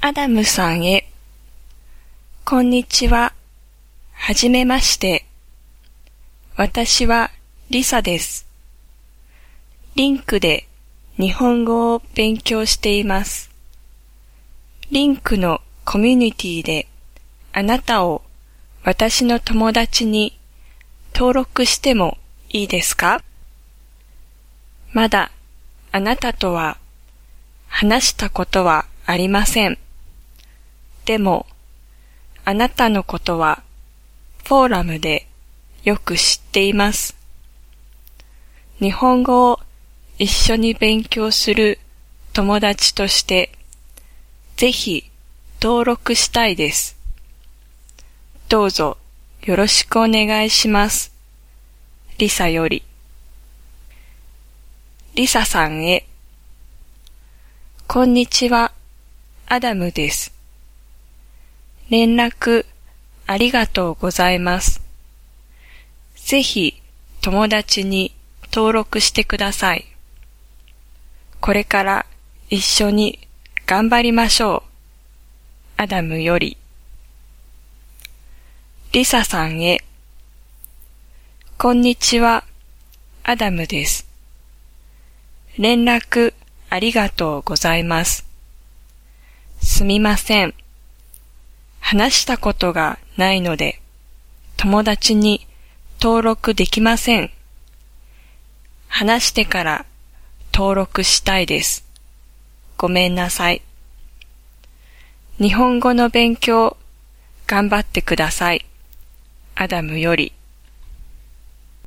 アダムさんへ。こんにちは。はじめまして。私はリサです。リンクで日本語を勉強しています。リンクのコミュニティであなたを私の友達に登録してもいいですか？まだあなたとは話したことはありません。でも、あなたのことはフォーラムでよく知っています。日本語を一緒に勉強する友達として、ぜひ登録したいです。どうぞよろしくお願いします。リサより。リサさんへ。こんにちは、アダムです。連絡ありがとうございます。ぜひ友達に登録してください。これから一緒に頑張りましょう。アダムより。リサさんへ。こんにちは、アダムです。連絡ありがとうございます。すみません。話したことがないので、友達に登録できません。話してから登録したいです。ごめんなさい。日本語の勉強頑張ってください。アダムより。